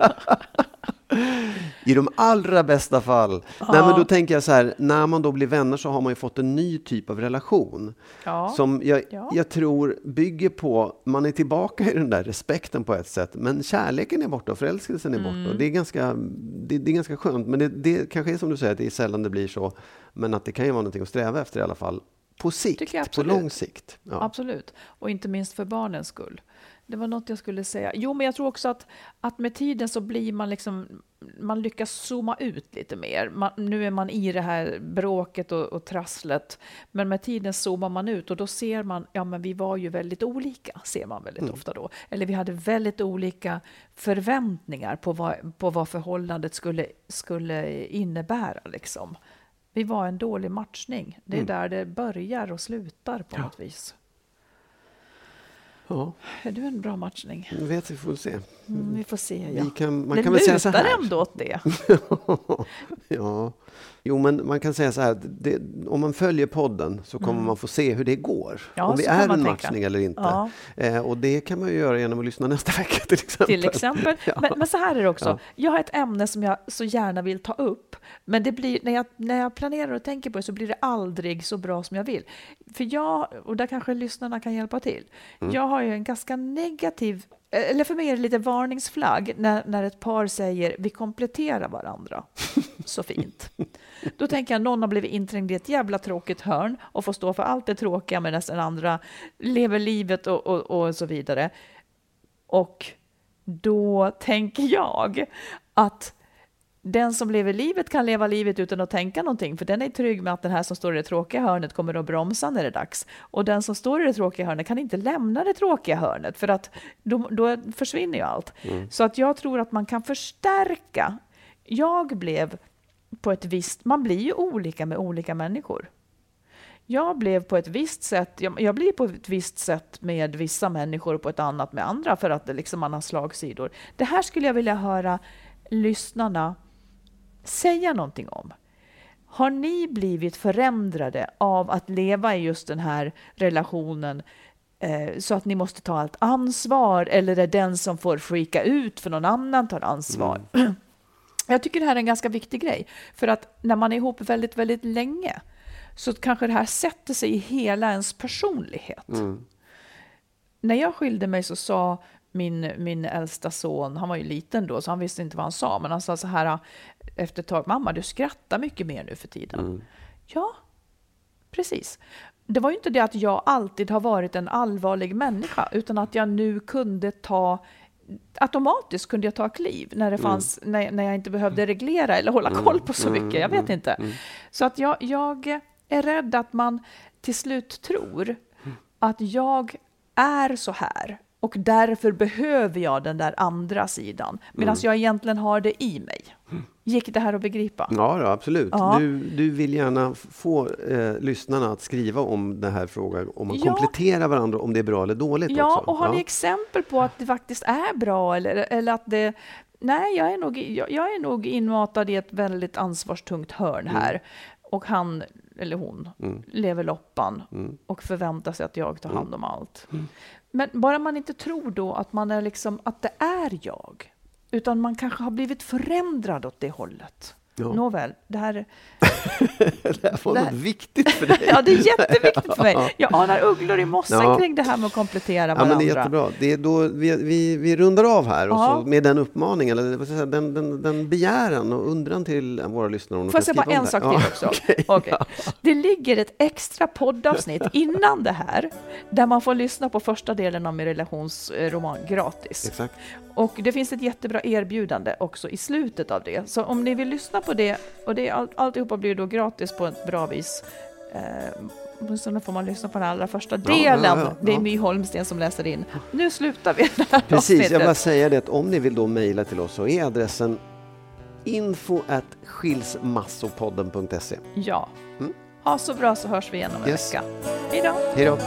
I de allra bästa fall. Nej, men då tänker jag så här, när man då blir vänner så har man ju fått en ny typ av relation. Som jag tror bygger på, man är tillbaka i den där respekten på ett sätt, men kärleken är borta och förälskelsen är borta. Och det är ganska skönt, men det kanske är som du säger, att det är sällan det blir så, men att det kan ju vara någonting att sträva efter i alla fall. På sikt, på lång sikt. Ja. Absolut, och inte minst för barnens skull. Det var något jag skulle säga. Jo, men jag tror också att med tiden så blir man liksom, man lyckas zooma ut lite mer. Nu är man i det här bråket och trasslet, men med tiden zoomar man ut och då ser man, ja men vi var ju väldigt olika, ser man väldigt ofta då. Eller vi hade väldigt olika förväntningar på vad förhållandet skulle innebära liksom. Vi var en dålig matchning. Det är där det börjar och slutar på något vis. Ja. Är du en bra matchning? Jag vet, vi får se. Vi får se, ja. Man kan väl säga så här. Det ändå åt det. Ja. Jo, men man kan säga så här. Om man följer podden så kommer man få se hur det går. Ja, om vi är en matchning eller inte. Ja. Och det kan man ju göra genom att lyssna nästa vecka till exempel. Ja. Men så här är det också. Ja. Jag har ett ämne som jag så gärna vill ta upp. Men det blir, när jag planerar och tänker på det så blir det aldrig så bra som jag vill. Och där kanske lyssnarna kan hjälpa till. Jag har ju en ganska negativ, eller för mig är det lite varningsflagg när ett par säger vi kompletterar varandra så fint. Då tänker jag någon har blivit inträngd i ett jävla tråkigt hörn och får stå för allt det tråkiga medan den andra lever livet och så vidare. Och då tänker jag att den som lever livet kan leva livet utan att tänka någonting, för den är trygg med att den här som står i det tråkiga hörnet kommer att bromsa när det är dags. Och den som står i det tråkiga hörnet kan inte lämna det tråkiga hörnet, för att då försvinner ju allt. Så att jag tror att man kan förstärka. Man blir ju olika med olika människor. Jag blev på ett visst sätt, jag blir på ett visst sätt med vissa människor och på ett annat med andra, för att liksom man har slagsidor. Det här skulle jag vilja höra lyssnarna säga någonting om. Har ni blivit förändrade av att leva i just den här relationen så att ni måste ta allt ansvar, eller är det den som får freaka ut för någon annan tar ansvar? Jag tycker det här är en ganska viktig grej, för att när man är ihop väldigt, väldigt länge så kanske det här sätter sig i hela ens personlighet. När jag skilde mig så sa min äldsta son, han var ju liten då så han visste inte vad han sa, men han sa så här efter ett tag: mamma, du skrattar mycket mer nu för tiden. Ja, precis. Det var ju inte det att jag alltid har varit en allvarlig människa, utan att jag nu automatiskt kunde jag ta kliv när det fanns, när jag inte behövde reglera eller hålla koll på så mycket, jag vet inte. Så att jag är rädd att man till slut tror att jag är så här Och därför behöver jag den där andra sidan. Medan jag egentligen har det i mig. Gick det här att begripa? Ja, absolut. Ja. Du vill gärna få lyssnarna att skriva om den här frågan. Om man kompletterar varandra, om det är bra eller dåligt också. Ja, och har ni exempel på att det faktiskt är bra? Eller att det... Nej, jag är nog inmatad i ett väldigt ansvarstungt hörn här. Och han eller hon lever loppan och förväntar sig att jag tar hand om allt. Men bara man inte tror då att man är liksom, att det är jag. Utan man kanske har blivit förändrad åt det hållet. Ja. Nåväl, det här var något viktigt för dig. Ja, det är jätteviktigt för mig. Jag anar ugglor i mossen kring det här med att komplettera varandra. Ja, men det är jättebra. Det är då vi rundar av här och så med den uppmaningen, eller vad ska jag säga, den begäran och undran till våra lyssnare. Får jag säga bara en sak till också? Okay. Det ligger ett extra poddavsnitt innan det här, där man får lyssna på första delen av min relationsroman gratis. Exakt. Och det finns ett jättebra erbjudande också i slutet av det. Så om ni vill lyssna på det, och alltihopa blir då gratis på ett bra vis. Så får man lyssna på den allra första delen. Det är My Holmsten som läser in. Nu slutar vi den här Precis, jag vill säga det att om ni vill då mejla till oss så är adressen info@skilsmassopodden.se. Ja. Ha så bra, så hörs vi igen om en vecka. Hej då! Hej då!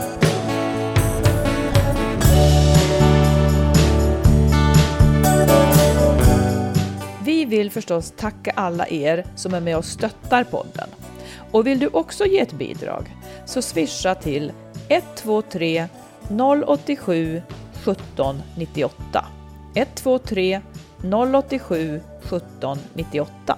Vi vill förstås tacka alla er som är med och stöttar podden. Och vill du också ge ett bidrag så swisha till 123 087 17 98. 123 087 17 98.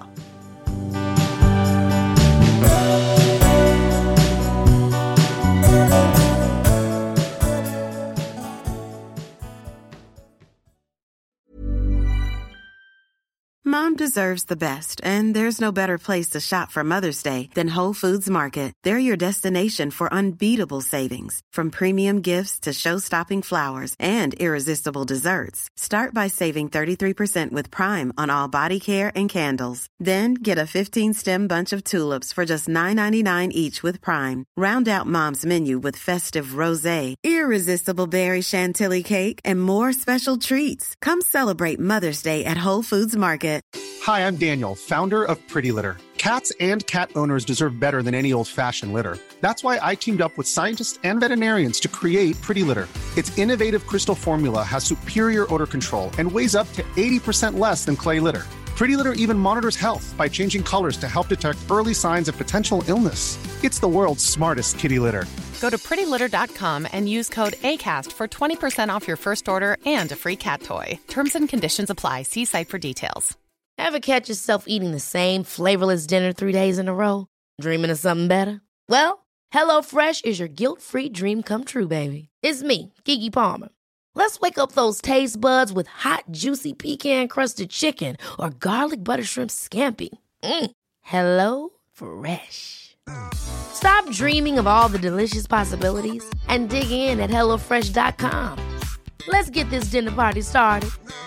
Mom deserves the best, and there's no better place to shop for Mother's Day than Whole Foods Market. They're your destination for unbeatable savings, from premium gifts to show-stopping flowers and irresistible desserts. Start by saving 33% with Prime on all body care and candles. Then get a 15-stem bunch of tulips for just $9.99 each with Prime. Round out Mom's menu with festive rosé, irresistible berry chantilly cake, and more special treats. Come celebrate Mother's Day at Whole Foods Market. Hi, I'm Daniel, founder of Pretty Litter. Cats and cat owners deserve better than any old-fashioned litter. That's why I teamed up with scientists and veterinarians to create Pretty Litter. Its innovative crystal formula has superior odor control and weighs up to 80% less than clay litter. Pretty Litter even monitors health by changing colors to help detect early signs of potential illness. It's the world's smartest kitty litter. Go to prettylitter.com and use code ACAST for 20% off your first order and a free cat toy. Terms and conditions apply. See site for details. Ever catch yourself eating the same flavorless dinner 3 days in a row? Dreaming of something better? Well, HelloFresh is your guilt-free dream come true, baby. It's me, Keke Palmer. Let's wake up those taste buds with hot, juicy pecan-crusted chicken or garlic butter shrimp scampi. Hello Fresh. Stop dreaming of all the delicious possibilities and dig in at HelloFresh.com. Let's get this dinner party started.